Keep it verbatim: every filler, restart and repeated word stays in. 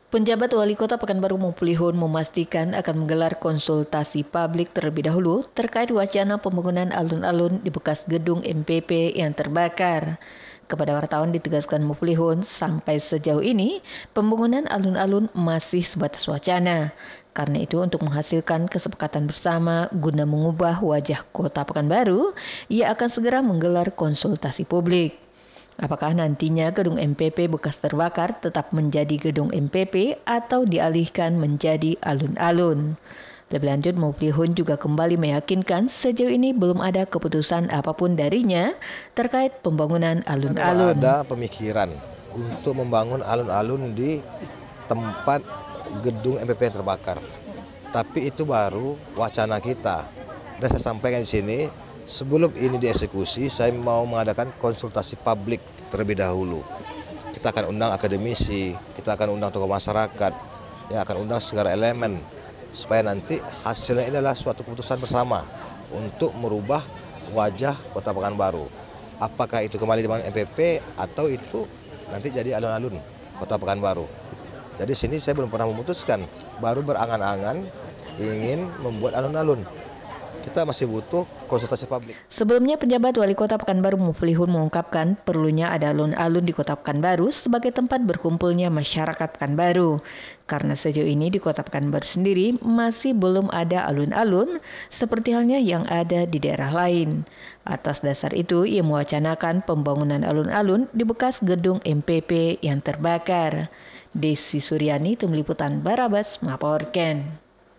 Penjabat Wali Kota Pekanbaru Muflihun memastikan akan menggelar konsultasi publik terlebih dahulu terkait wacana pembangunan alun-alun di bekas gedung M P P yang terbakar. Kepada wartawan ditegaskan Muflihun, sampai sejauh ini pembangunan alun-alun masih sebatas wacana. Karena itu untuk menghasilkan kesepakatan bersama guna mengubah wajah Kota Pekanbaru, ia akan segera menggelar konsultasi publik. Apakah nantinya gedung M P P bekas terbakar tetap menjadi gedung M P P atau dialihkan menjadi alun-alun? Lebih lanjut, Muflihun juga kembali meyakinkan sejauh ini belum ada keputusan apapun darinya terkait pembangunan alun-alun. Ada pemikiran untuk membangun alun-alun di tempat gedung M P P yang terbakar. Tapi itu baru wacana kita. Dan saya sampaikan di sini, sebelum ini dieksekusi, saya mau mengadakan konsultasi publik terlebih dahulu. Kita akan undang akademisi, kita akan undang tokoh masyarakat, yang akan undang segala elemen, supaya nanti hasilnya ini adalah suatu keputusan bersama untuk merubah wajah Kota Pekanbaru. Apakah itu kembali dengan M P P atau itu nanti jadi alun-alun Kota Pekanbaru. Jadi sini saya belum pernah memutuskan, baru berangan-angan ingin membuat alun-alun. Kita masih butuh konsultasi publik. Sebelumnya, penjabat Wali Kota Pekanbaru Muflihun mengungkapkan perlunya ada alun-alun di Kota Pekanbaru sebagai tempat berkumpulnya masyarakat Pekanbaru. Karena sejauh ini di Kota Pekanbaru sendiri masih belum ada alun-alun seperti halnya yang ada di daerah lain. Atas dasar itu, ia mewacanakan pembangunan alun-alun di bekas gedung M P P yang terbakar. Desi Suryani, Tim Liputan Barabas melaporkan.